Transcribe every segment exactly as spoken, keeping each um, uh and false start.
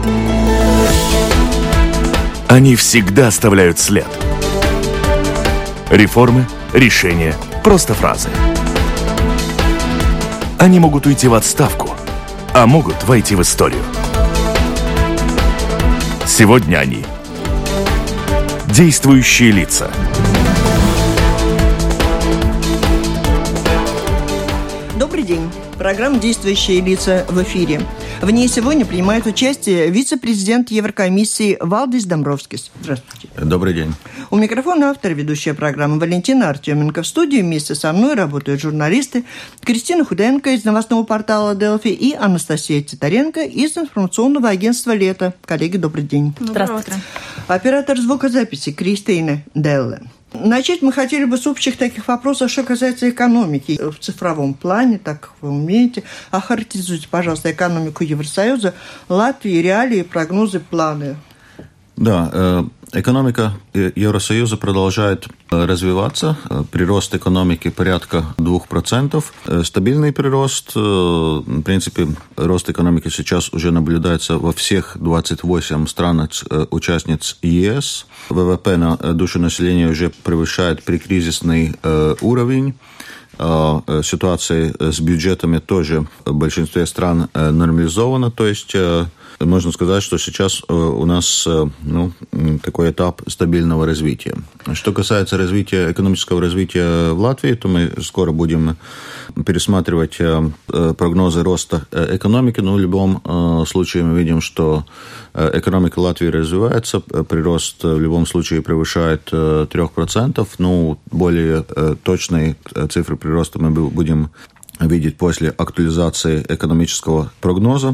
Они всегда оставляют след. Реформы, решения, просто фразы. Они могут уйти в отставку, а могут войти в историю. Сегодня они – действующие лица. Добрый день. Программа «Действующие лица» в эфире. В ней сегодня принимает участие вице-президент Еврокомиссии Валдис Домбровскис. Здравствуйте. Добрый день. У микрофона автор и ведущая программы Валентина Артеменко. В студии вместе со мной работают журналисты Кристина Худенко из новостного портала «Делфи» и Анастасия Титаренко из информационного агентства «Лето». Коллеги, добрый день. Здравствуйте. Оператор звукозаписи Кристина Делле. Начать мы хотели бы с общих таких вопросов, что касается экономики. В цифровом плане, так как вы умеете, охарактеризуйте, пожалуйста, экономику Евросоюза, Латвии, реалии, прогнозы, планы. Да, экономика Евросоюза продолжает развиваться. Прирост экономики порядка двух процентов. Стабильный прирост. В принципе, рост экономики сейчас уже наблюдается во всех двадцати восьми странах-участниц ЕС. ВВП на душу населения уже превышает прикризисный уровень. Ситуация с бюджетами тоже в большинстве стран нормализована, то есть можно сказать, что сейчас у нас ну, такой этап стабильного развития. Что касается развития, экономического развития в Латвии, то мы скоро будем пересматривать прогнозы роста экономики, но в любом случае мы видим, что экономика Латвии развивается, прирост в любом случае превышает три процента, ну, более точные цифры прироста мы будем видеть после актуализации экономического прогноза.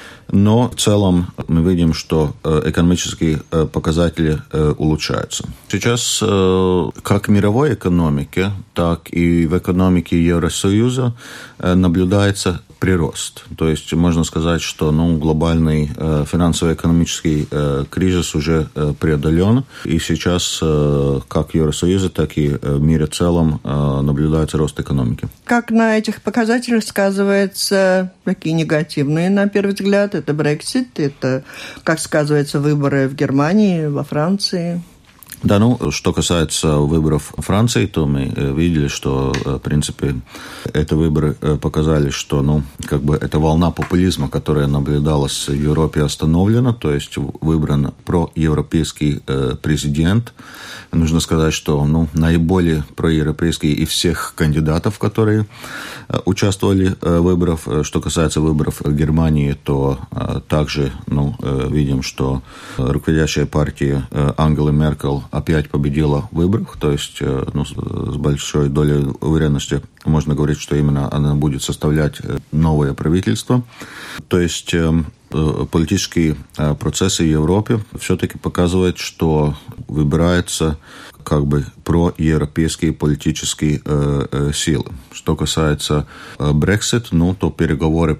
Но в целом мы видим, что экономические показатели улучшаются. Сейчас как в мировой экономике, так и в экономике Евросоюза наблюдается прирост. То есть можно сказать, что ну, глобальный финансово-экономический кризис уже преодолен. И сейчас как в Евросоюзе, так и в мире в целом наблюдается рост экономики. Как на этих показателях сказываются такие негативные, на первый взгляд? Это Брексит, это как сказываются выборы в Германии, во Франции? Да, ну, что касается выборов Франции, то мы видели, что, в принципе, эти выборы показали, что, ну, как бы эта волна популизма, которая наблюдалась в Европе, остановлена, то есть выбран проевропейский президент. Нужно сказать, что, ну, наиболее проевропейский из всех кандидатов, которые участвовали в выборах. Что касается выборов в Германии, то также, ну, видим, что руководящая партия Ангелы Меркель опять победила в выборах, то есть ну, с большой долей уверенности можно говорить, что именно она будет составлять новое правительство. То есть политические процессы в Европе все-таки показывают, что выбираются как бы проевропейские политические э, силы. Что касается Brexit, ну, то переговоры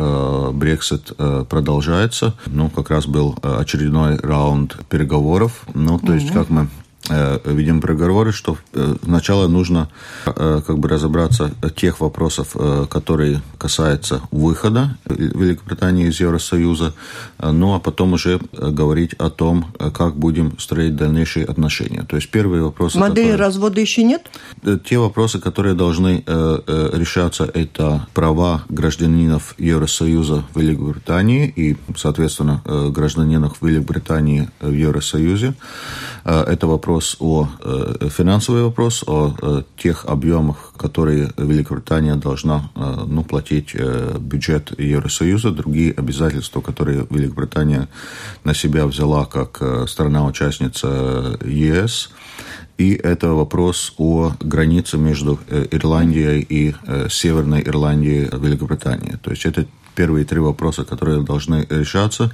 по Brexit э, продолжаются. Ну, как раз был очередной раунд переговоров. Ну, то mm-hmm. есть, как мы видим переговоры, что сначала нужно как бы разобраться в тех вопросах, которые касаются выхода Великобритании из Евросоюза, ну а потом уже говорить о том, как будем строить дальнейшие отношения. То есть первые вопросы... Модели которые... развода еще нет? Те вопросы, которые должны решаться, это права гражданинов Евросоюза в Великобритании и, соответственно, гражданинов Великобритании в Евросоюзе. Это вопрос о э, финансовый вопрос, о э, тех объемах, которые Великобритания должна э, ну, платить э, бюджет Евросоюза, другие обязательства, которые Великобритания на себя взяла как э, страна-участница ЕС. И это вопрос о границе между э, Ирландией и э, Северной Ирландией Великобритании. То есть это первые три вопроса, которые должны решаться,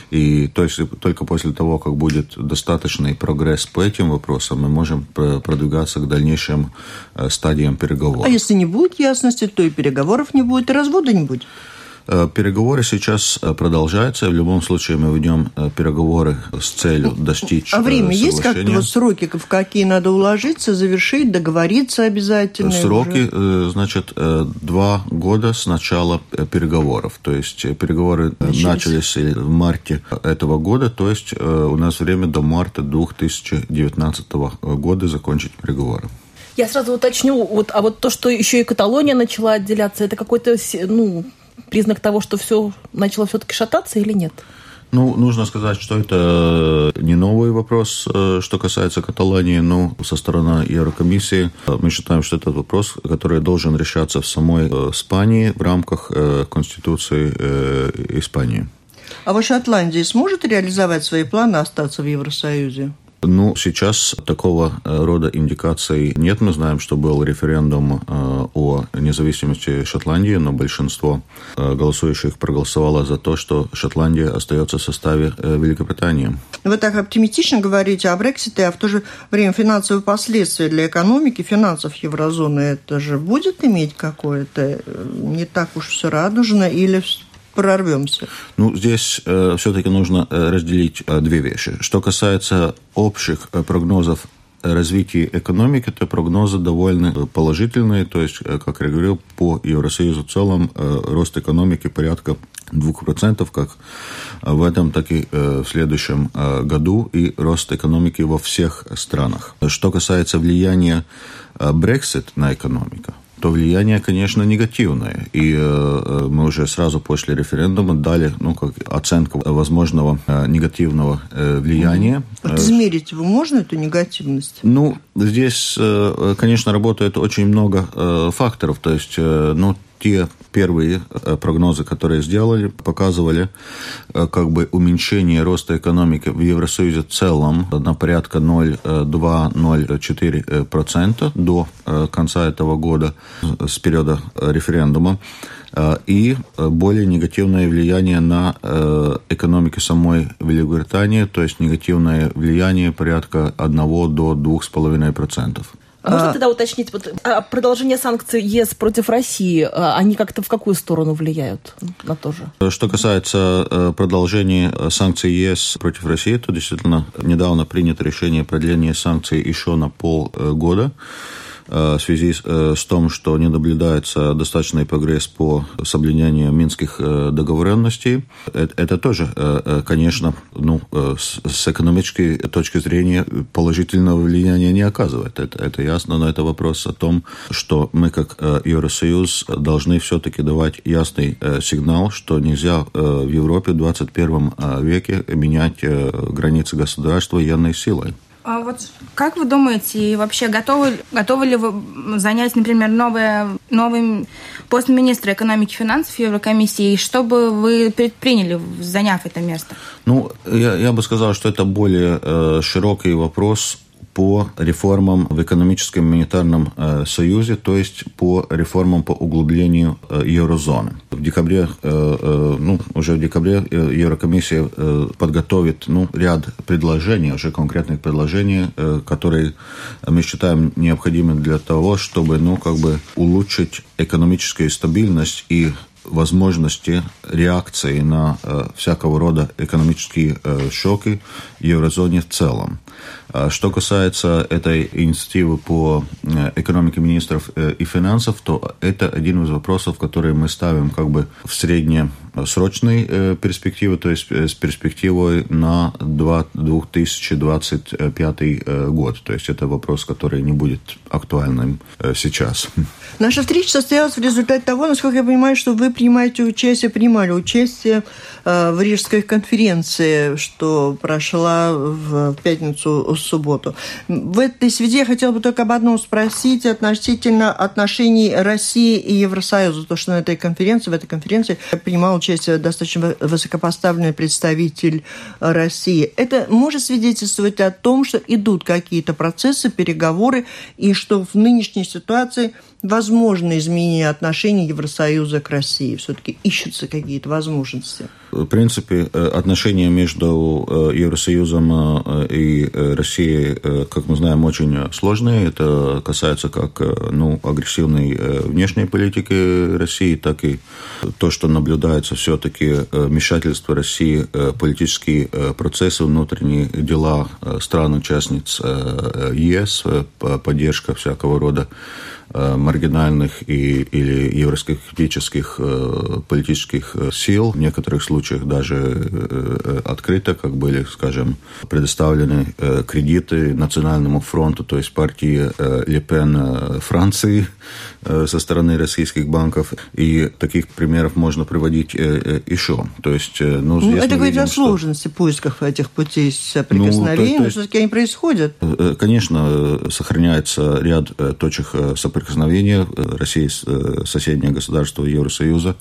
и то есть только после того, как будет достаточный прогресс по этим вопросам, мы можем продвигаться к дальнейшим стадиям переговоров. А если не будет ясности, то и переговоров не будет, и развода не будет? Переговоры сейчас продолжаются. В любом случае мы ведем переговоры с целью достичь А время соглашения. есть как-то вот сроки, в какие надо уложиться, завершить, договориться обязательно? Сроки, уже? Значит, два года с начала переговоров. То есть переговоры начались, начались в марте этого года, то есть у нас время до марта две тысячи девятнадцатого года закончить переговоры. Я сразу уточню, вот, а вот то, что еще и Каталония начала отделяться, это какой-то, ну, признак того, что все начало все-таки шататься или нет? Ну, нужно сказать, что это не новый вопрос, что касается Каталонии, но со стороны Еврокомиссии мы считаем, что это вопрос, который должен решаться в самой Испании в рамках Конституции Испании. А вот Шотландия сможет реализовать свои планы остаться в Евросоюзе? Ну, сейчас такого рода индикаций нет. Мы знаем, что был референдум о независимости Шотландии, но большинство голосующих проголосовало за то, что Шотландия остается в составе Великобритании. Вы так оптимистично говорите о Брексите, а в то же время финансовые последствия для экономики, финансов еврозоны, это же будет иметь какое-то не так уж все радужно или прорвемся? Ну, здесь э, все-таки нужно разделить э, две вещи. Что касается общих э, прогнозов развития экономики, то прогнозы довольно положительные. То есть, э, как я говорил, по Евросоюзу в целом э, рост экономики порядка двух процентов, как в этом, так и э, в следующем э, году, и рост экономики во всех странах. Что касается влияния э, Brexit на экономику, то влияние, конечно, негативное. И э, мы уже сразу после референдума дали ну, как оценку возможного э, негативного э, влияния. Вот измерить его можно, эту негативность? Ну, здесь, э, конечно, работает очень много э, факторов. То есть, э, ну, те первые прогнозы, которые сделали, показывали как бы уменьшение роста экономики в Евросоюзе в целом на порядка ноль целых два - ноль целых четыре десятых процента до конца этого года, с периода референдума, и более негативное влияние на экономику самой Великобритании, то есть негативное влияние порядка от одного до двух с половиной процентов. Можно тогда уточнить, вот, а продолжение санкций ЕС против России, они как-то в какую сторону влияют на то же? Что касается продолжения санкций ЕС против России, то действительно недавно принято решение продления санкций еще на полгода. В связи с тем, что не наблюдается достаточный прогресс по соблюдению минских договоренностей. Это тоже, конечно, ну, с экономической точки зрения положительного влияния не оказывает. Это, это ясно, но это вопрос о том, что мы, как Евросоюз, должны все-таки давать ясный сигнал, что нельзя в Европе в двадцать первом веке менять границы государства военной силой. А вот как вы думаете, вообще готовы, готовы ли вы занять, например, новое, новый пост министра экономики и финансов Еврокомиссии, и что бы вы предприняли, заняв это место? Ну, я, я бы сказал, что это более э, широкий вопрос по реформам в экономическом и монетарном э, союзе, то есть по реформам по углублению э, еврозоны. В декабре, э, э, ну, уже в декабре э, Еврокомиссия э, подготовит ну, ряд предложений, уже конкретных предложений, э, которые мы считаем необходимыми для того, чтобы ну, как бы улучшить экономическую стабильность и возможности реакции на э, всякого рода экономические э, шоки в еврозоне в целом. Что касается этой инициативы по экономике министров и финансов, то это один из вопросов, которые мы ставим как бы в среднесрочной перспективе, то есть с перспективой на две тысячи двадцать пятый год. То есть это вопрос, который не будет актуальным сейчас. Наша встреча состоялась в результате того, насколько я понимаю, что вы принимаете участие, принимали участие в Рижской конференции, что прошла в пятницу, в субботу. В этой связи я хотела бы только об одном спросить относительно отношений России и Евросоюза. То, что на этой конференции, в этой конференции принимал участие достаточно высокопоставленный представитель России. Это может свидетельствовать о том, что идут какие-то процессы, переговоры, и что в нынешней ситуации возможно изменение отношений Евросоюза к России. Все-таки ищутся какие-то возможности. В принципе, отношения между Евросоюзом и Россией, как мы знаем, очень сложные. Это касается как ну, агрессивной внешней политики России, так и то, что наблюдается все-таки вмешательство России в политические процессы, внутренние дела стран-участниц ЕС, поддержка всякого рода маргинальных и, или евроскептических э, политических сил, в некоторых случаях даже э, открыто, как были, скажем, предоставлены э, кредиты Национальному фронту, то есть партии э, Ле Пен Франции э, со стороны российских банков, и таких примеров можно приводить э, э, еще. То есть, э, ну, ну, это говорит видим, о сложности что... поисков этих путей соприкосновения, ну, то, то есть, но все-таки они происходят. Конечно, сохраняется ряд точек соприкосновения соприкосновения России с соседнее государство Евросоюза.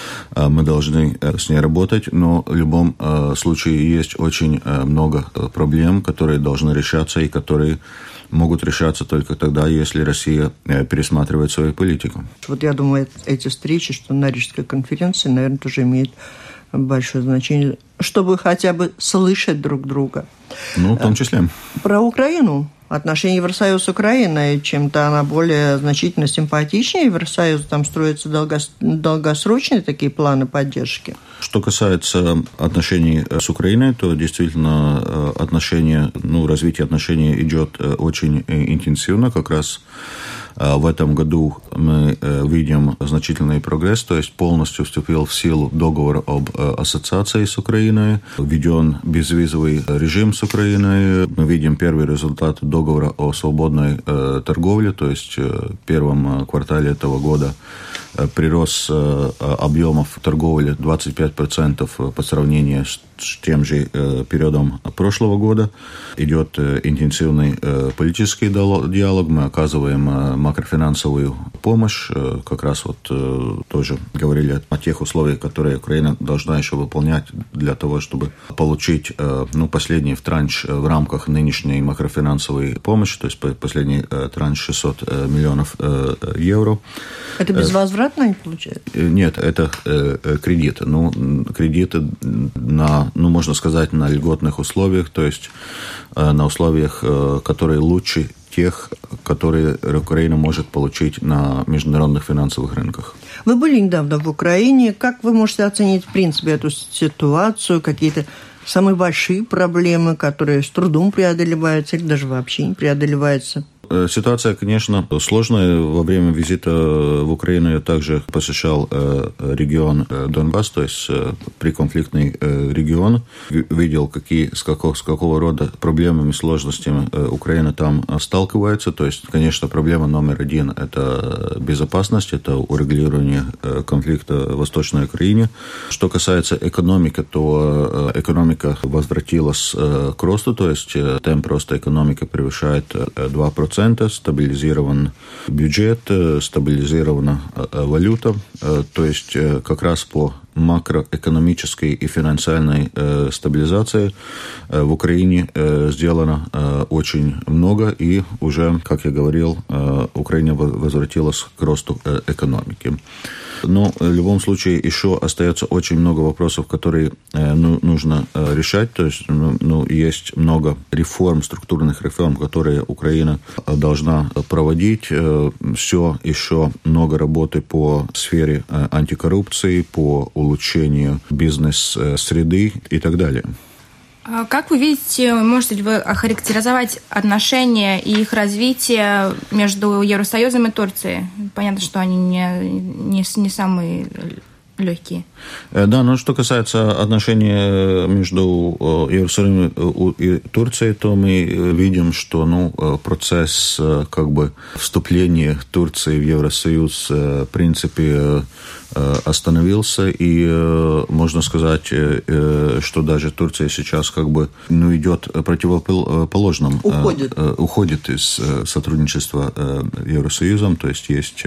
Мы должны с ней работать, но в любом случае есть очень много проблем, которые должны решаться и которые могут решаться только тогда, если Россия пересматривает свою политику. Вот я думаю, эти встречи, что на Рижской конференции, наверное, тоже имеют большое значение, чтобы хотя бы слышать друг друга. Ну, в том числе. Про Украину. Отношения Евросоюз с Украиной, чем-то она более значительно симпатичнее. Евросоюз там строятся долгос... долгосрочные такие планы поддержки. Что касается отношений с Украиной, то действительно отношения, ну, развитие отношений идет очень интенсивно. Как раз в этом году мы видим значительный прогресс, то есть полностью вступил в силу договор об ассоциации с Украиной, введен безвизовый режим с Украиной. Мы видим первый результат договора о свободной торговле, то есть в первом квартале этого года прирост объемов торговли двадцать пять процентов по сравнению с тем же периодом прошлого года. Идет интенсивный политический диалог, мы оказываем макрофинансовую помощь, как раз вот тоже говорили о тех условиях, которые Украина должна еще выполнять для того, чтобы получить ну, последний транш в рамках нынешней макрофинансовой помощи, то есть последний транш шестьсот миллионов евро. Это безвозвратно не получается? Нет, это кредиты. Ну, кредиты на, ну, можно сказать, на льготных условиях, то есть на условиях, которые лучше тех, которые Украина может получить на международных финансовых рынках. Вы были недавно в Украине. Как вы можете оценить, в принципе, эту ситуацию, какие-то самые большие проблемы, которые с трудом преодолеваются или даже вообще не преодолеваются? Ситуация, конечно, сложная. Во время визита в Украину я также посещал регион Донбасс, то есть приконфликтный регион. Видел, какие, с, какого, с какого рода проблемами, сложностями Украина там сталкивается. То есть, конечно, проблема номер один – это безопасность, это урегулирование конфликта в Восточной Украине. Что касается экономики, то экономика возвратилась к росту, то есть темп роста экономики превышает два процента. Стабилизирован бюджет, стабилизирована валюта, то есть как раз по макроэкономической и финансовой стабилизации в Украине сделано очень много, и уже, как я говорил, Украина возвратилась к росту экономики. Но в любом случае еще остается очень много вопросов, которые ну, нужно решать. То есть ну, ну, есть много реформ, структурных реформ, которые Украина должна проводить. Все еще много работы по сфере антикоррупции, по улучшению бизнес-среды и так далее. Как вы видите, можете ли вы охарактеризовать отношения и их развитие между Евросоюзом и Турцией? Понятно, что они не, не, не самые легкие. Да, но что касается отношений между Евросоюзом и Турцией, то мы видим, что ну, процесс как бы вступления Турции в Евросоюз в принципе остановился, и можно сказать, что даже Турция сейчас как бы ну, идет противоположным. Уходит. Уходит из сотрудничества Евросоюзом, то есть есть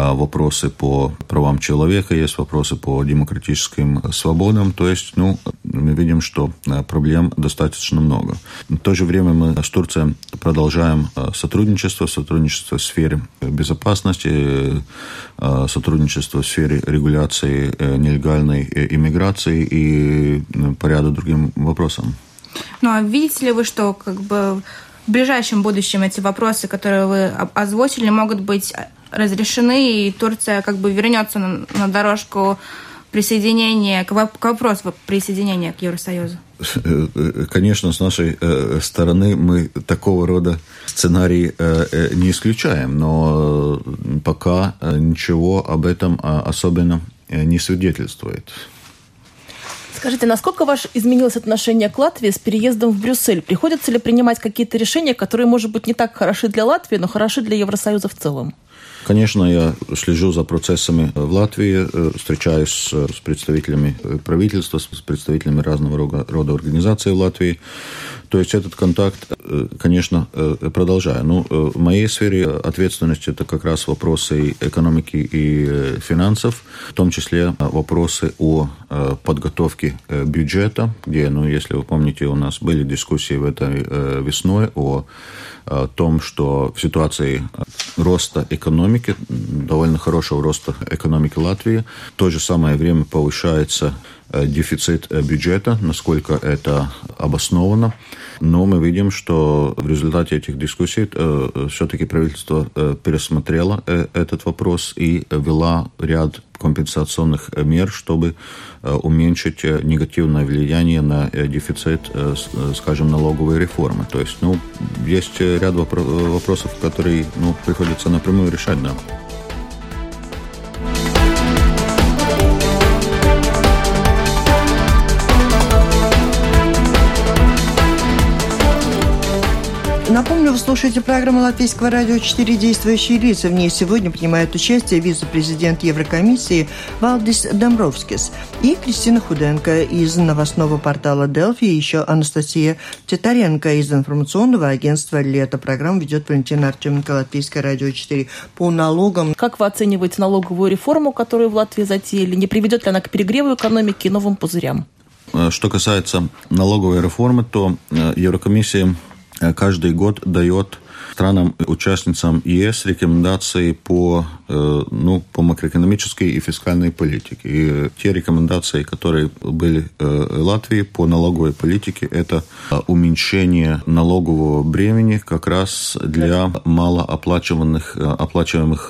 вопросы по правам человека, есть вопросы по демократическим свободам, то есть, ну, мы видим, что проблем достаточно много. В то же время мы с Турцией продолжаем сотрудничество, сотрудничество в сфере безопасности, сотрудничество в сфере регуляции нелегальной иммиграции и по ряду другим вопросам. Ну, а видите ли вы, что как бы в ближайшем будущем эти вопросы, которые вы озвучили, могут быть разрешены, и Турция как бы вернется на, на дорожку присоединения, к вопросу присоединения к Евросоюзу? Конечно, с нашей стороны мы такого рода сценарий не исключаем, но пока ничего об этом особенно не свидетельствует. Скажите, насколько ваше изменилось отношение к Латвии с переездом в Брюссель? Приходится ли принимать какие-то решения, которые, может быть, не так хороши для Латвии, но хороши для Евросоюза в целом? Конечно, я слежу за процессами в Латвии, встречаюсь с представителями правительства, с представителями разного рода организаций в Латвии. То есть этот контакт, конечно, продолжаю. Но в моей сфере ответственности это как раз вопросы экономики и финансов, в том числе вопросы о подготовке бюджета, где, ну, если вы помните, у нас были дискуссии в этой весной о о том, что в ситуации роста экономики, довольно хорошего роста экономики Латвии, в то же самое время повышается дефицит бюджета, насколько это обосновано. Но мы видим, что в результате этих дискуссий э, все-таки правительство э, пересмотрело э, этот вопрос и ввело ряд компенсационных мер, чтобы э, уменьшить негативное влияние на э, дефицит, э, скажем, налоговой реформы. То есть, ну, есть ряд вопро- вопросов, которые, ну, приходится напрямую решать, да. Напомню, вы слушаете программу Латвийского радио четыре «Действующие лица». В ней сегодня принимают участие вице-президент Еврокомиссии Валдис Домбровскис и Кристина Худенко из новостного портала «Делфи», и еще Анастасия Титаренко из информационного агентства «Лето». Программу ведет Валентина Артеменко, Латвийское радио четыре. По налогам. Как вы оцениваете налоговую реформу, которую в Латвии затеяли? Не приведет ли она к перегреву экономики и новым пузырям? Что касается налоговой реформы, то Еврокомиссия каждый год дает странам-участницам ЕС рекомендации по, ну, по макроэкономической и фискальной политике. И те рекомендации, которые были в Латвии по налоговой политике, это уменьшение налогового бремени как раз для малооплачиваемых оплачиваемых,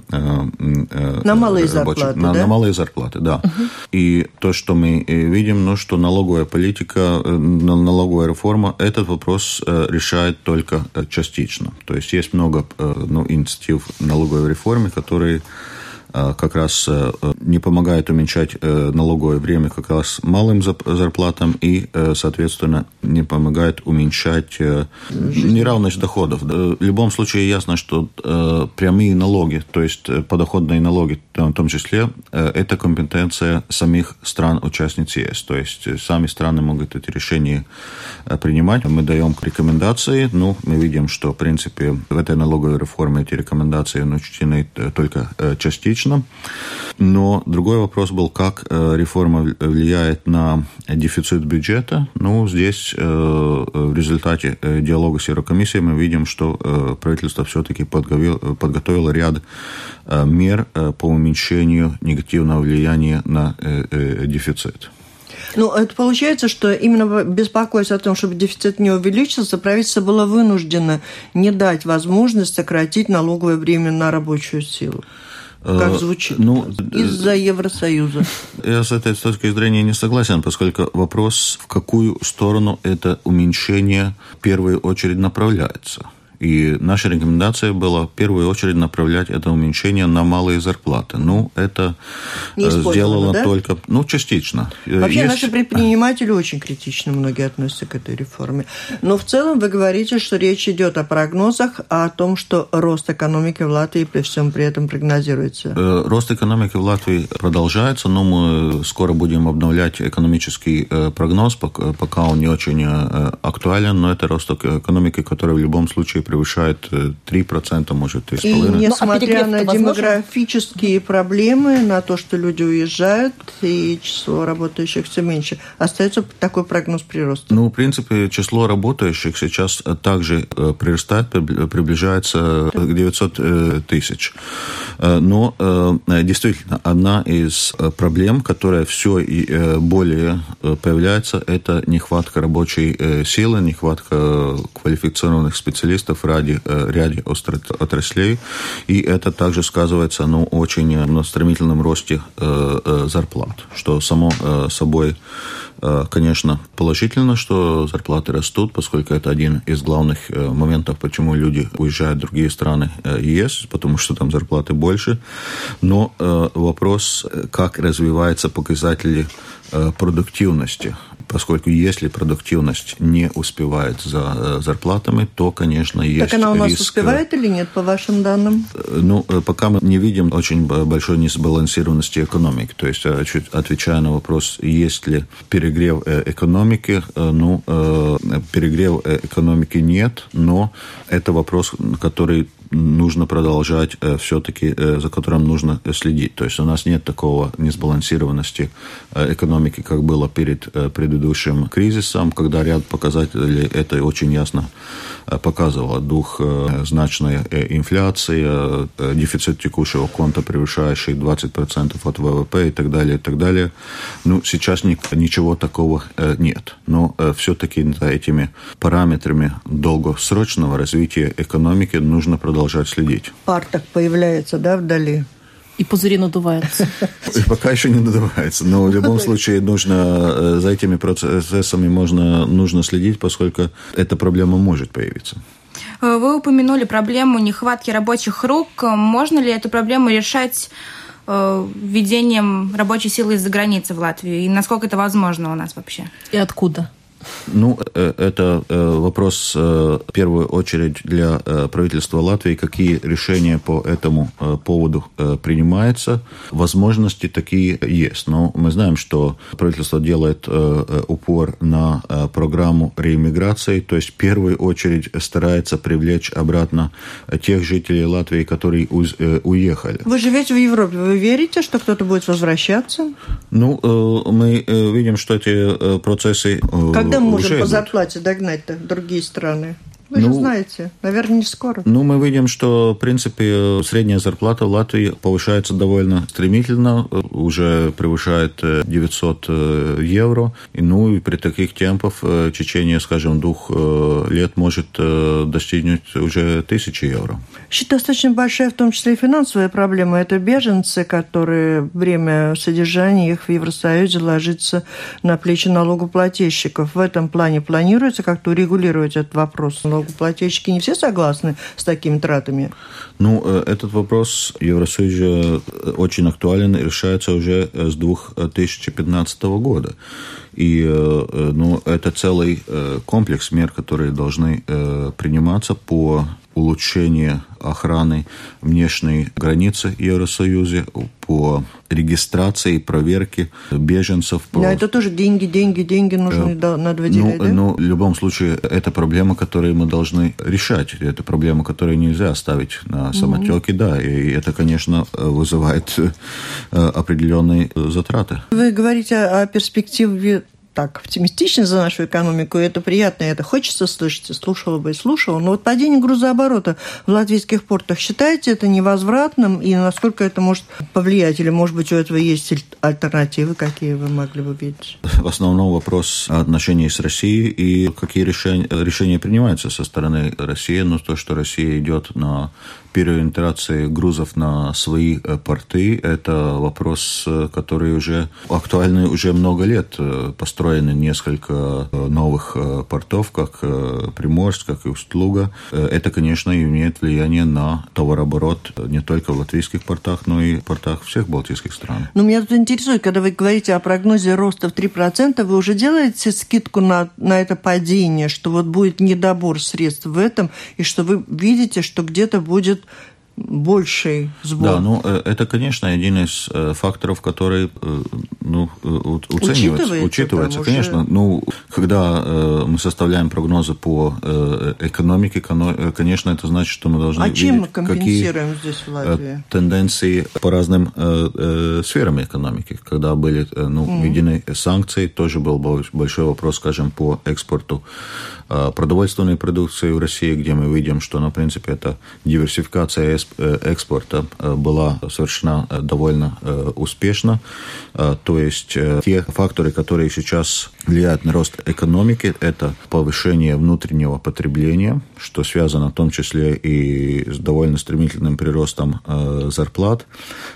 на малые зарплаты, на, да? на малые зарплаты, да. Угу. И то, что мы видим, ну, что налоговая политика, налоговая реформа этот вопрос решает только частично. То есть есть много, ну, инициатив в налоговой реформе, которые как раз не помогают уменьшать налоговое бремя как раз малым зарплатам и, соответственно, не помогают уменьшать неравность доходов. В любом случае ясно, что прямые налоги, то есть подоходные налоги, в том числе, это компетенция самих стран-участниц ЕС. То есть сами страны могут эти решения принимать. Мы даем рекомендации, ну, мы видим, что, в принципе, в этой налоговой реформе эти рекомендации учтены только частично. Но другой вопрос был, как реформа влияет на дефицит бюджета. Ну, здесь в результате диалога с Еврокомиссией мы видим, что правительство все-таки подготовило ряд мер по уменьшению негативного влияния на дефицит. Ну, это получается, что именно беспокоясь о том, чтобы дефицит не увеличился, правительство было вынуждено не дать возможность сократить налоговое бремя на рабочую силу. Как звучит? Ну, из-за Евросоюза. Я с этой точки зрения не согласен, поскольку вопрос, в какую сторону это уменьшение в первую очередь направляется. И наша рекомендация была в первую очередь направлять это уменьшение на малые зарплаты. Ну, это сделано, да? Только, ну, частично. Вообще Есть... наши предприниматели очень критично многие относятся к этой реформе. Но в целом вы говорите, что речь идет о прогнозах, а о том, что рост экономики в Латвии при всем при этом прогнозируется. Рост экономики в Латвии продолжается, но мы скоро будем обновлять экономический прогноз, пока он не очень актуален, но это рост экономики, который в любом случае превышает три процента, может, три с половиной процента. И несмотря на демографические проблемы, на то, что люди уезжают, и число работающих все меньше, остается такой прогноз прироста? Ну, в принципе, число работающих сейчас также прирастает, приближается к девятьсот тысяч. Но действительно, одна из проблем, которая все и более появляется, это нехватка рабочей силы, нехватка квалифицированных специалистов в ряде, ряде отраслей. И это также сказывается ну, очень на стремительном росте зарплат, что само собой, конечно, положительно, что зарплаты растут, поскольку это один из главных моментов, почему люди уезжают в другие страны, ЕС, потому что там зарплаты больше. Но вопрос, как развиваются показатели продуктивности. Поскольку если продуктивность не успевает за зарплатами, то, конечно, есть риск... Так она у нас риск... успевает или нет, по вашим данным? Ну, пока мы не видим очень большой несбалансированности экономики. То есть, отвечая на вопрос, есть ли перегрев экономики, ну, перегрев экономики нет, но это вопрос, который нужно продолжать все-таки, за которым нужно следить. То есть у нас нет такого несбалансированности экономики, как было перед предыдущим кризисом, когда ряд показателей это очень ясно показывало. Двухзначная инфляция, дефицит текущего конта, превышающий двадцать процентов от ВВП и так далее, и так далее. Ну, сейчас ничего такого нет. Но все-таки за этими параметрами долгосрочного развития экономики нужно продолжать следить. Пар так появляется, да, вдали? И пузыри надуваются. Пока еще не надувается, но в любом случае нужно за этими процессами можно, нужно следить, поскольку эта проблема может появиться. Вы упомянули проблему нехватки рабочих рук. Можно ли эту проблему решать введением рабочей силы из-за границы в Латвию? И насколько это возможно у нас вообще? И откуда? Ну, это вопрос в первую очередь для правительства Латвии, какие решения по этому поводу принимаются. Возможности такие есть, но мы знаем, что правительство делает упор на программу реиммиграции, то есть в первую очередь старается привлечь обратно тех жителей Латвии, которые уехали. Вы живете в Европе, вы верите, что кто-то будет возвращаться? Ну, мы видим, что эти процессы... Когда мы можем по зарплате догнать-то другие страны? Вы ну, же знаете, наверное, не скоро. Ну, мы видим, что, в принципе, средняя зарплата в Латвии повышается довольно стремительно, уже превышает девятьсот евро. И, ну, и при таких темпах в течение, скажем, двух лет может достигнуть уже тысячи евро. Еще достаточно большая, в том числе и финансовая проблема. Это беженцы, которые время содержания их в Евросоюзе ложится на плечи налогоплательщиков. В этом плане планируется как-то урегулировать этот вопрос? Налогоплательщики не все согласны с такими тратами? Ну, этот вопрос в Евросоюзе очень актуален и решается уже с две тысячи пятнадцатого года. И ну, это целый комплекс мер, которые должны приниматься по улучшению охраны внешней границы Евросоюза, по регистрации, проверке беженцев. Да, по... это тоже деньги, деньги, деньги нужны, э, да, надо выделять, ну, да? Ну, в любом случае, это проблема, которую мы должны решать. Это проблема, которую нельзя оставить на самотеке, mm-hmm. да. И это, конечно, вызывает определенные затраты. Вы говорите о перспективе так оптимистично за нашу экономику, и это приятно, и это хочется слышать, слушала бы и слушала. Но вот падение грузооборота в латвийских портах, считаете это невозвратным, и насколько это может повлиять? Или, может быть, у этого есть альтернативы, какие вы могли бы видеть? В основном вопрос отношений с Россией и какие решения, решения принимаются со стороны России. Но то, что Россия идет на переориентации грузов на свои порты, это вопрос, который уже актуальный уже много лет. Построены несколько новых портов, как Приморск, как и Усть-Луга. Это, конечно, имеет влияние на товарооборот не только в латвийских портах, но и в портах всех балтийских стран. Но меня тут интересует, когда вы говорите о прогнозе роста в три процента, вы уже делаете скидку на, на это падение, что вот будет недобор средств в этом, и что вы видите, что где-то будет больший сбор. Да, ну это, конечно, один из факторов, который ну, оценивается, учитывается, учитывается конечно. Уже... Ну, когда мы составляем прогнозы по экономике, конечно, это значит, что мы должны а видеть, чем мы компенсируем здесь в Латвии? Тенденции по разным сферам экономики. Когда были ну, mm. введены санкции, тоже был большой вопрос, скажем, по экспорту продовольственной продукции в России, где мы видим, что, ну, в принципе, эта диверсификация экспорта была совершена довольно успешно. То есть те факторы, которые сейчас влияют на рост экономики, это повышение внутреннего потребления, что связано в том числе и с довольно стремительным приростом зарплат.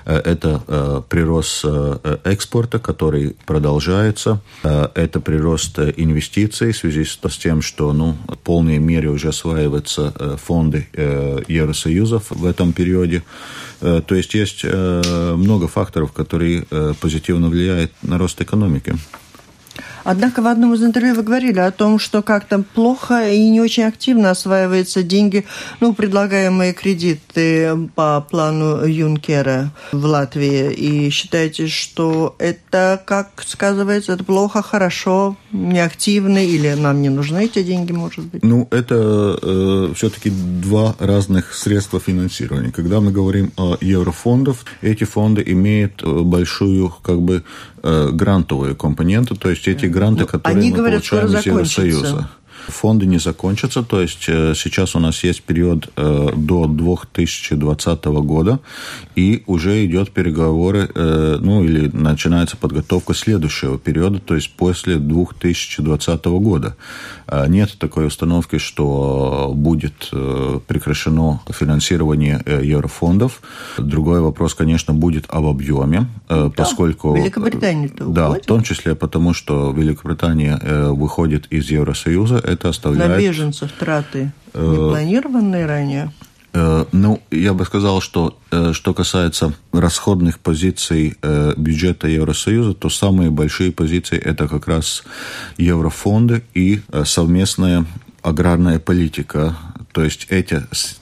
Это прирост экспорта, который продолжается. Это прирост инвестиций в связи с тем, что ну, в полной мере уже осваиваются фонды Евросоюза в этом периоде. То есть есть много факторов, которые позитивно влияют на рост экономики. Однако в одном из интервью вы говорили о том, что как-то плохо и не очень активно осваиваются деньги, ну, предлагаемые кредиты по плану Юнкера в Латвии. И считаете, что это, как сказывается, это плохо, хорошо, неактивно, или нам не нужны эти деньги, может быть? Ну, это э, все-таки два разных средства финансирования. Когда мы говорим о еврофондах, эти фонды имеют большую, как бы, э, грантовую компоненту, то есть эти гранты, которые Они мы говорят, получаем из Евросоюза. Фонды не закончатся, то есть сейчас у нас есть период до две тысячи двадцатого года, и уже идет переговоры, ну или начинается подготовка следующего периода, то есть после две тысячи двадцатого года. Нет такой установки, что будет прекращено финансирование еврофондов. Другой вопрос, конечно, будет об объеме, да, поскольку... Великобритания-то Да, в том числе потому, что Великобритания выходит из Евросоюза, это оставляет... На беженцев траты не планированные ранее? Ну, я бы сказал, что что касается расходных позиций бюджета Евросоюза, то самые большие позиции – это как раз еврофонды и совместная аграрная политика. То есть эти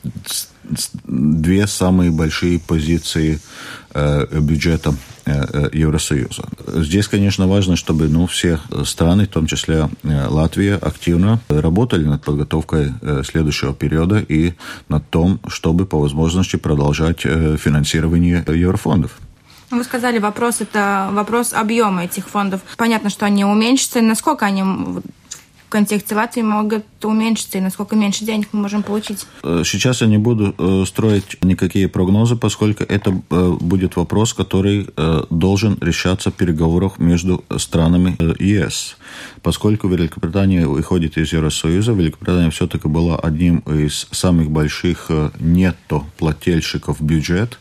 две самые большие позиции бюджета Евросоюза. Здесь, конечно, важно, чтобы ну, все страны, в том числе Латвия, активно работали над подготовкой следующего периода и над том, чтобы по возможности продолжать финансирование еврофондов. Вы сказали, вопрос это вопрос объема этих фондов. Понятно, что они уменьшатся. Насколько они в контексте Латвии могут уменьшиться, и насколько меньше денег мы можем получить? Сейчас я не буду строить никакие прогнозы, поскольку это будет вопрос, который должен решаться в переговорах между странами ЕС. Поскольку Великобритания выходит из Евросоюза, Великобритания все-таки была одним из самых больших нетто-плательщиков в бюджет,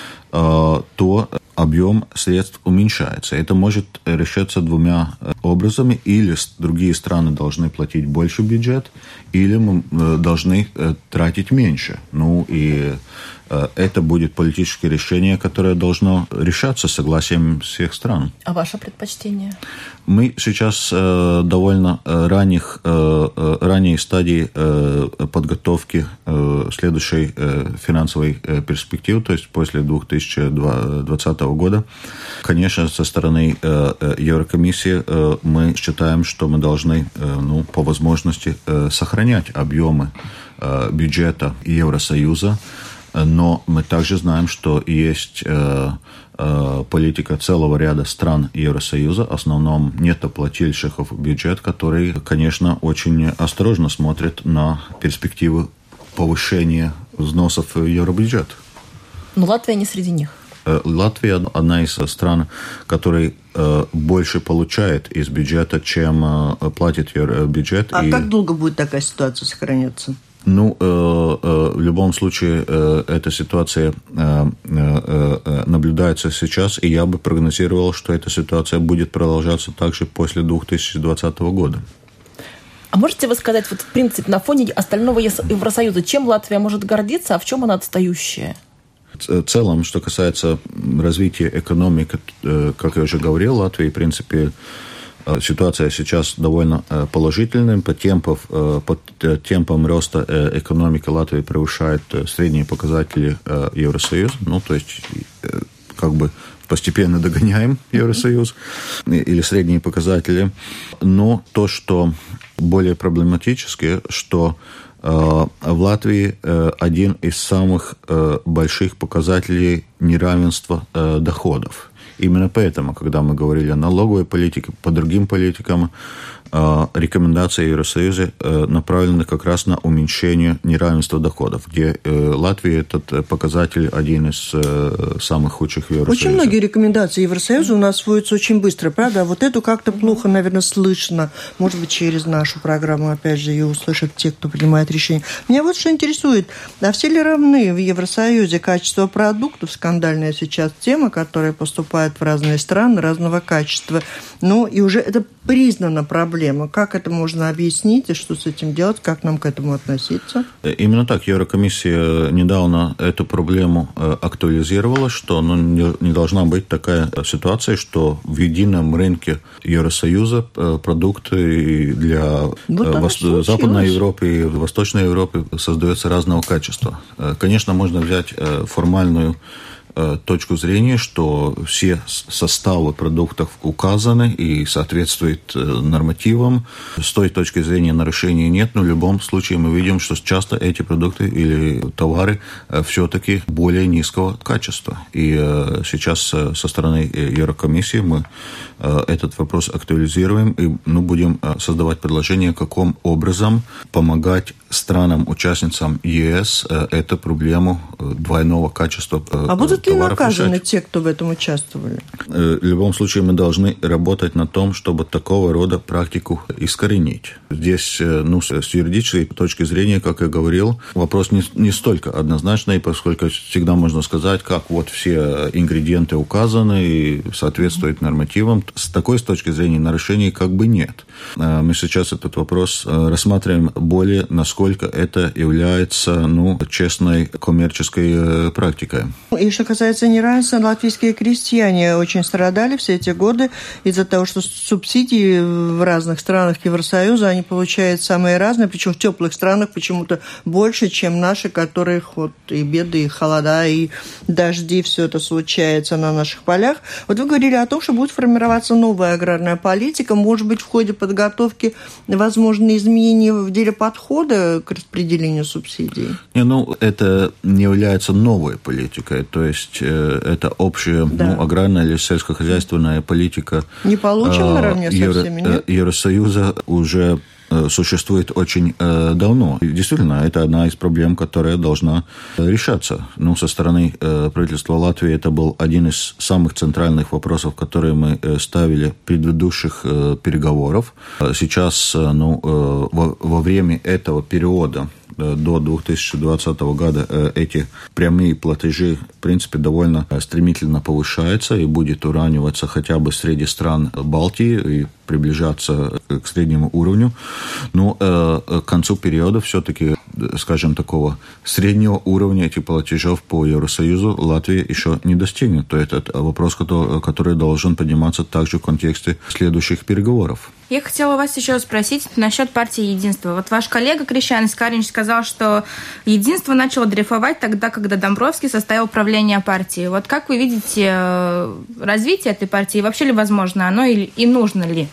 то объем средств уменьшается. Это может решаться двумя образами. Или другие страны должны платить больше бюджет, или мы должны тратить меньше. Ну и это будет политическое решение, которое должно решаться согласием всех стран. А ваше предпочтение? Мы сейчас в довольно ранних, ранней стадии подготовки следующей финансовой перспективы, то есть после две тысячи двадцатого года. Конечно, со стороны Еврокомиссии мы считаем, что мы должны ну, по возможности сохранять объемы бюджета Евросоюза, но мы также знаем, что есть э, э, политика целого ряда стран Евросоюза, в основном нетоплательщиков в бюджет, которые, конечно, очень осторожно смотрят на перспективы повышения взносов в евробюджет. Но Латвия не среди них. Латвия одна из стран, которая э, больше получает из бюджета, чем э, платит бюджет. А и... как долго будет такая ситуация сохраняться? Ну, э, э, в любом случае, э, эта ситуация э, э, наблюдается сейчас, и я бы прогнозировал, что эта ситуация будет продолжаться также после две тысячи двадцатого года. А можете вы сказать, вот, в принципе, на фоне остального Евросоюза, чем Латвия может гордиться, а в чем она отстающая? В целом, что касается развития экономики, как я уже говорил, Латвия, в принципе, Ситуация сейчас довольно положительная. По, темпов, по темпам роста экономики Латвии превышает средние показатели Евросоюза. Ну, то есть, как бы постепенно догоняем Евросоюз или средние показатели. Но то, что более проблематическое, что в Латвии один из самых больших показателей неравенства доходов. Именно поэтому, когда мы говорили о налоговой политике, по другим политикам, рекомендации Евросоюза направлены как раз на уменьшение неравенства доходов, где Латвия этот показатель один из самых худших в Евросоюзе. Очень многие рекомендации Евросоюза у нас освоятся очень быстро, правда? А вот эту как-то плохо, наверное, слышно. Может быть, через нашу программу, опять же, ее услышат те, кто принимает решения. Меня вот что интересует. А все ли равны в Евросоюзе качество продуктов? Скандальная сейчас тема, которая поступает в разные страны разного качества. Ну, и уже это признана проблема. Как это можно объяснить и что с этим делать, как нам к этому относиться? Именно так. Еврокомиссия недавно эту проблему актуализировала, что ну, не должна быть такая ситуация, что в едином рынке Евросоюза продукты для вот Западной Европы и Восточной Европы создаются разного качества. Конечно, можно взять формальную точку зрения, что все составы продуктов указаны и соответствуют нормативам. С той точки зрения нарушений нет, но в любом случае мы видим, что часто эти продукты или товары все-таки более низкого качества. И сейчас со стороны Еврокомиссии мы этот вопрос актуализируем и ну, будем создавать предложение, каким образом помогать странам-участницам ЕС эту проблему двойного качества товаров. А будут ли наказаны те, кто в этом участвовали? В любом случае мы должны работать на том, чтобы такого рода практику искоренить. Здесь, ну, с юридической точки зрения, как я говорил, вопрос не, не столько однозначный, поскольку всегда можно сказать, как вот все ингредиенты указаны и соответствуют нормативам. С такой с точки зрения нарушений как бы нет. Мы сейчас этот вопрос рассматриваем более, насколько это является, ну, честной коммерческой практикой. И что касается неравенства, латвийские крестьяне очень страдали все эти годы из-за того, что субсидии в разных странах Евросоюза, они получают самые разные, причем в теплых странах почему-то больше, чем наши, которые вот и беды, и холода, и дожди, все это случается на наших полях. Вот вы говорили о том, что будет формироваться новая аграрная политика, может быть, в ходе подготовки возможны изменения в деле подхода к распределению субсидий? Не, ну, это не является новой политикой, то есть э, это общая да. ну, аграрная или сельскохозяйственная политика. Не получим наравне со Евро, всеми, нет? Евросоюза уже существует очень э, давно. И действительно, это одна из проблем, которая должна решаться. Ну, со стороны э, правительства Латвии это был один из самых центральных вопросов, которые мы э, ставили в предыдущих э, переговоров. Сейчас, э, ну, э, во, во время этого периода до две тысячи двадцатого года эти прямые платежи, в принципе, довольно стремительно повышаются и будет уравниваться хотя бы среди стран Балтии и приближаться к среднему уровню. Но э, к концу периода все-таки, скажем, такого среднего уровня этих платежей по Евросоюзу Латвия еще не достигнет. То это вопрос, который, который должен подниматься также в контексте следующих переговоров. Я хотела вас еще спросить насчет партии «Единство». Вот ваш коллега Кришьянис Каринч сказал, что «Единство» начало дрейфовать тогда, когда Домбровский составил правление партии. Вот как вы видите развитие этой партии? Вообще ли возможно оно и нужно ли?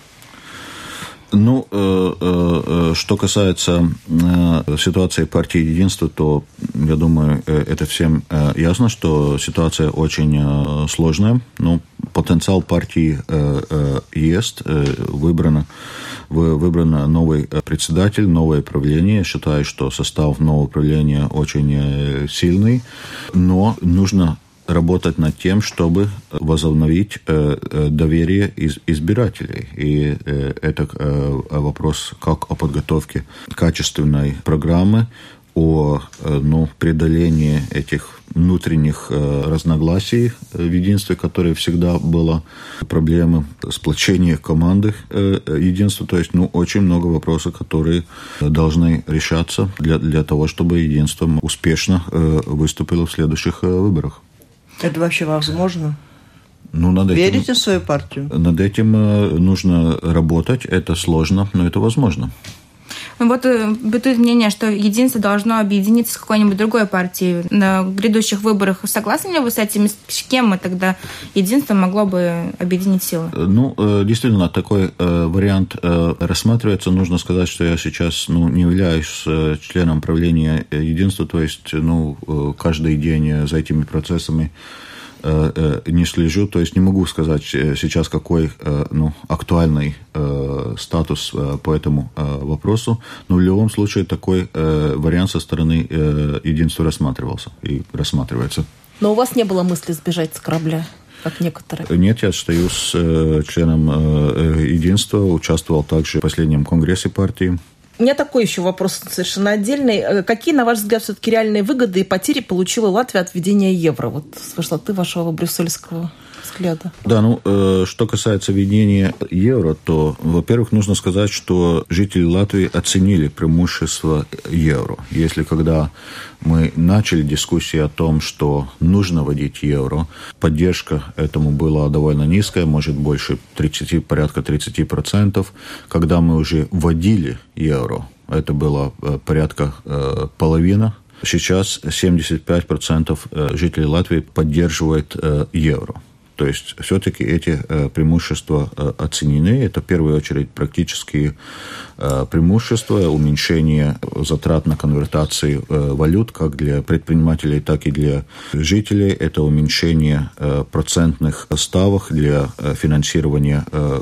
Ну, что касается ситуации партии «Единство», то, я думаю, это всем ясно, что ситуация очень сложная. Ну, потенциал партии есть, выбрано, выбран новый председатель, новое правление. Я считаю, что состав нового правления очень сильный, но нужно работать над тем, чтобы возобновить э, доверие из, избирателей. И э, это э, вопрос как о подготовке качественной программы, о э, ну, преодолении этих внутренних э, разногласий в единстве, которые всегда была проблема сплочения команды э, единства. То есть, ну, очень много вопросов, которые должны решаться для, для того, чтобы единство успешно э, выступило в следующих э, выборах. Это вообще возможно? Ну, над этим, Верите в свою партию? Над этим нужно работать. Это сложно, но это возможно. Ну вот бытует мнение, что единство должно объединиться с какой-нибудь другой партией. На грядущих выборах согласны ли вы с этим? С кем мы тогда единство могло бы объединить силы? Ну, действительно, такой вариант рассматривается. Нужно сказать, что я сейчас ну, не являюсь членом правления единства, то есть ну, каждый день за этими процессами не слежу, то есть не могу сказать сейчас, какой ну, актуальный статус по этому вопросу, но в любом случае такой вариант со стороны единства рассматривался и рассматривается. Но у вас не было мысли сбежать с корабля, как некоторые? Нет, я остаюсь членом единства, участвовал также в последнем конгрессе партии. У меня такой еще вопрос совершенно отдельный. Какие, на ваш взгляд, все-таки реальные выгоды и потери получила Латвия от введения евро? Вот с высоты вашего брюссельского взгляда. Да, ну, э, что касается введения евро, то, во-первых, нужно сказать, что жители Латвии оценили преимущество евро. Если когда мы начали дискуссии о том, что нужно вводить евро, поддержка этому была довольно низкая, может больше тридцать, порядка тридцать процентов. Когда мы уже вводили евро, это было порядка э, половина. Сейчас семьдесят пять процентов жителей Латвии поддерживают э, евро. То есть все-таки эти э, преимущества э, оценены. Это в первую очередь практические э, преимущества, уменьшение затрат на конвертацию э, валют как для предпринимателей, так и для жителей. Это уменьшение э, процентных ставок для э, финансирования э,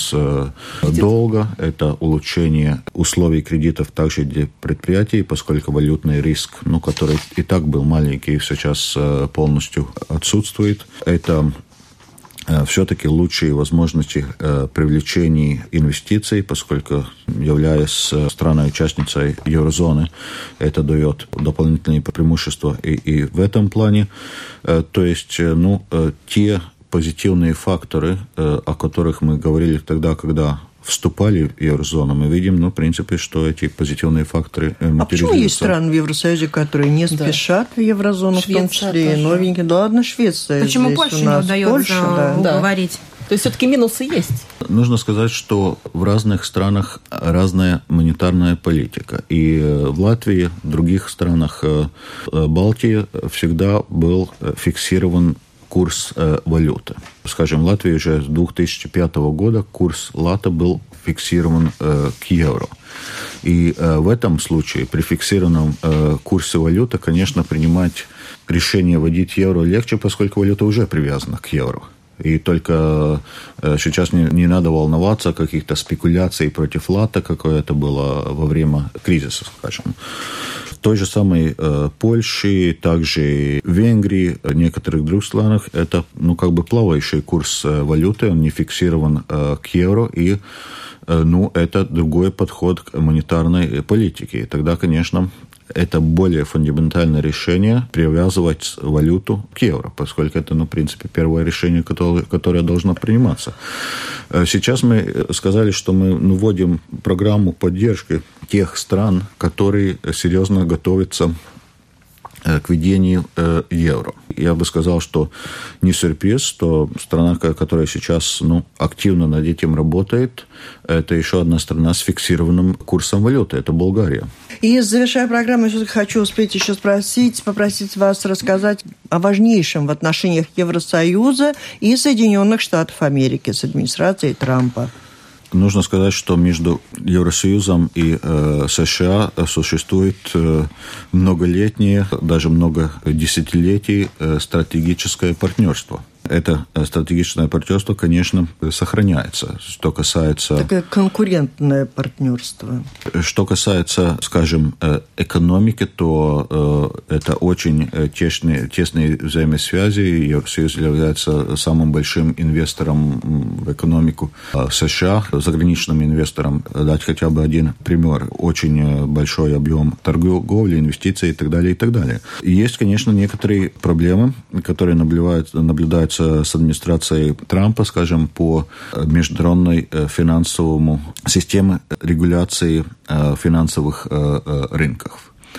госдолга. Э, это улучшение условий кредитов также для предприятий, поскольку валютный риск, ну, который и так был маленький, сейчас э, полностью отсутствует. Это все-таки лучшие возможности э, привлечения инвестиций, поскольку, являясь страной-участницей еврозоны, это дает дополнительные преимущества и, и в этом плане. Э, то есть, э, ну, э, те позитивные факторы, э, о которых мы говорили тогда, когда вступали в еврозону, мы видим, ну, в принципе, что эти позитивные факторы материализуются. А почему есть страны в Евросоюзе, которые не спешат да. в еврозону, Швеция в том числе тоже. Новенькие? Да ладно, Швеция. Почему Польша не удается Польша, да. уговорить? То есть все-таки минусы есть? Нужно сказать, что в разных странах разная монетарная политика. И в Латвии, в других странах Балтии всегда был фиксирован курс э, валюты. Скажем, в Латвии уже с две тысячи пятого года курс лата был фиксирован э, к евро. И э, в этом случае при фиксированном э, курсе валюты, конечно, принимать решение вводить евро легче, поскольку валюта уже привязана к евро. И только э, сейчас не, не надо волноваться о каких-то спекуляций против лата, какое это было во время кризиса, скажем. В той же самой э, Польше, также Венгрии, некоторых других странах это, ну, как бы плавающий курс э, валюты, он не фиксирован э, к евро, и, э, ну, это другой подход к монетарной политике. И тогда, конечно, это более фундаментальное решение привязывать валюту к евро, поскольку это, ну, в принципе, первое решение, которое, которое должно приниматься. Сейчас мы сказали, что мы ну, вводим программу поддержки тех стран, которые серьезно готовятся к введению евро. Я бы сказал, что не сюрприз, что страна, которая сейчас ну, активно над этим работает, это еще одна страна с фиксированным курсом валюты, это Болгария. И завершая программу, я все-таки хочу успеть еще спросить, попросить вас рассказать о важнейшем в отношениях Евросоюза и Соединенных Штатов Америки с администрацией Трампа. Нужно сказать, что между Евросоюзом и э, США существует э, многолетнее, даже много десятилетий э, стратегическое партнерство. Это стратегическое партнерство, конечно, сохраняется. Что касается... Такое конкурентное партнерство. Что касается, скажем, экономики, то это очень тесные, тесные взаимосвязи. Евросоюз является самым большим инвестором в экономику США, заграничным инвестором. Дать хотя бы один пример. Очень большой объем торговли, инвестиций и так далее, и так далее. И есть, конечно, некоторые проблемы, которые наблюдаются, наблюдаются с администрацией Трампа, скажем, по международной финансовому системе регуляции финансовых рынков.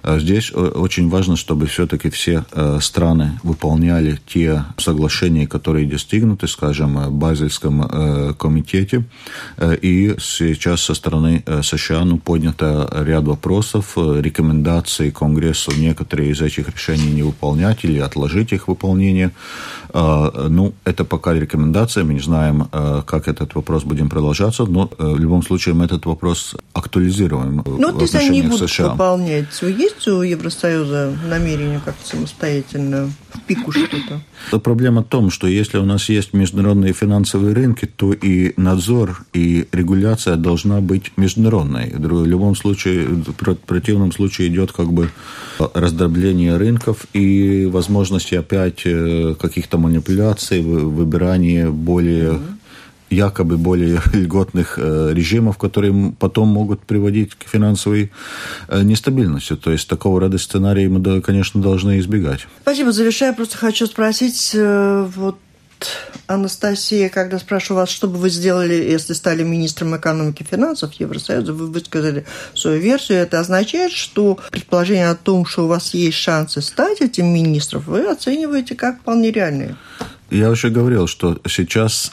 Здесь очень важно, чтобы все-таки все страны выполняли те соглашения, которые достигнуты, скажем, в Базельском комитете. И сейчас со стороны США ну, поднято ряд вопросов, рекомендаций Конгрессу некоторые из этих решений не выполнять или отложить их выполнение. Ну, это пока рекомендация, мы не знаем, как этот вопрос будет продолжаться, но в любом случае мы этот вопрос актуализируем но в отношениях они будут США. Выполнять. Есть у Евросоюза намерение как-то самостоятельно в пику что-то? Проблема в том, что если у нас есть международные финансовые рынки, то и надзор, и регуляция должна быть международной. В любом случае, в противном случае идет как бы раздробление рынков и возможности опять каких-то манипуляций, выбирания более... якобы более льготных режимов, которые потом могут приводить к финансовой нестабильности. То есть такого рода сценарии мы, конечно, должны избегать. Спасибо. Завершая, просто хочу спросить, вот Анастасия, когда спрашиваю вас, что бы вы сделали, если стали министром экономики и финансов Евросоюза, вы высказали свою версию. Это означает, что предположение о том, что у вас есть шансы стать этим министром, вы оцениваете как вполне реальные? Я уже говорил, что сейчас,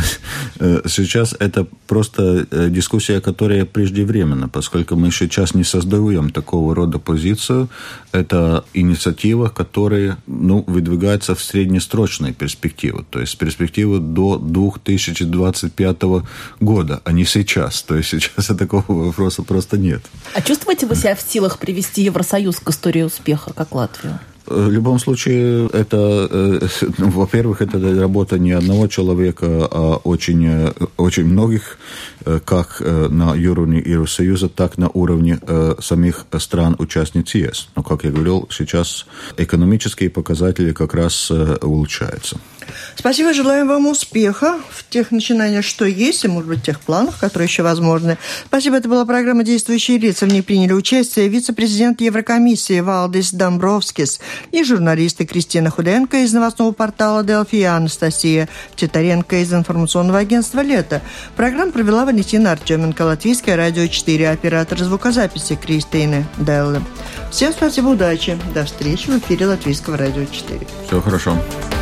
сейчас это просто дискуссия, которая преждевременна, поскольку мы сейчас не создаем такого рода позицию. Это инициатива, которая ну, выдвигается в среднесрочной перспективе, то есть перспективу до две тысячи двадцать пятого года, а не сейчас. То есть сейчас такого вопроса просто нет. А чувствуете вы себя в силах привести Евросоюз к истории успеха, как Латвию? В любом случае, это, ну, во-первых, это работа не одного человека, а очень, очень многих, как на уровне Евросоюза, так на уровне самих стран-участниц ЕС. Но, как я говорил, сейчас экономические показатели как раз улучшаются. Спасибо, желаем вам успеха в тех начинаниях, что есть, и, может быть, в тех планах, которые еще возможны. Спасибо, это была программа «Действующие лица». В ней приняли участие вице-президент Еврокомиссии Валдис Домбровскис и журналисты Кристина Худенко из новостного портала «Делфи» и Анастасия Титаренко из информационного агентства «Лето». Программу провела Валентина Артеменко, Латвийское радио четыре, оператор звукозаписи Кристина Делле. Всем спасибо, удачи. До встречи в эфире Латвийского радио четыре. Всего хорошо.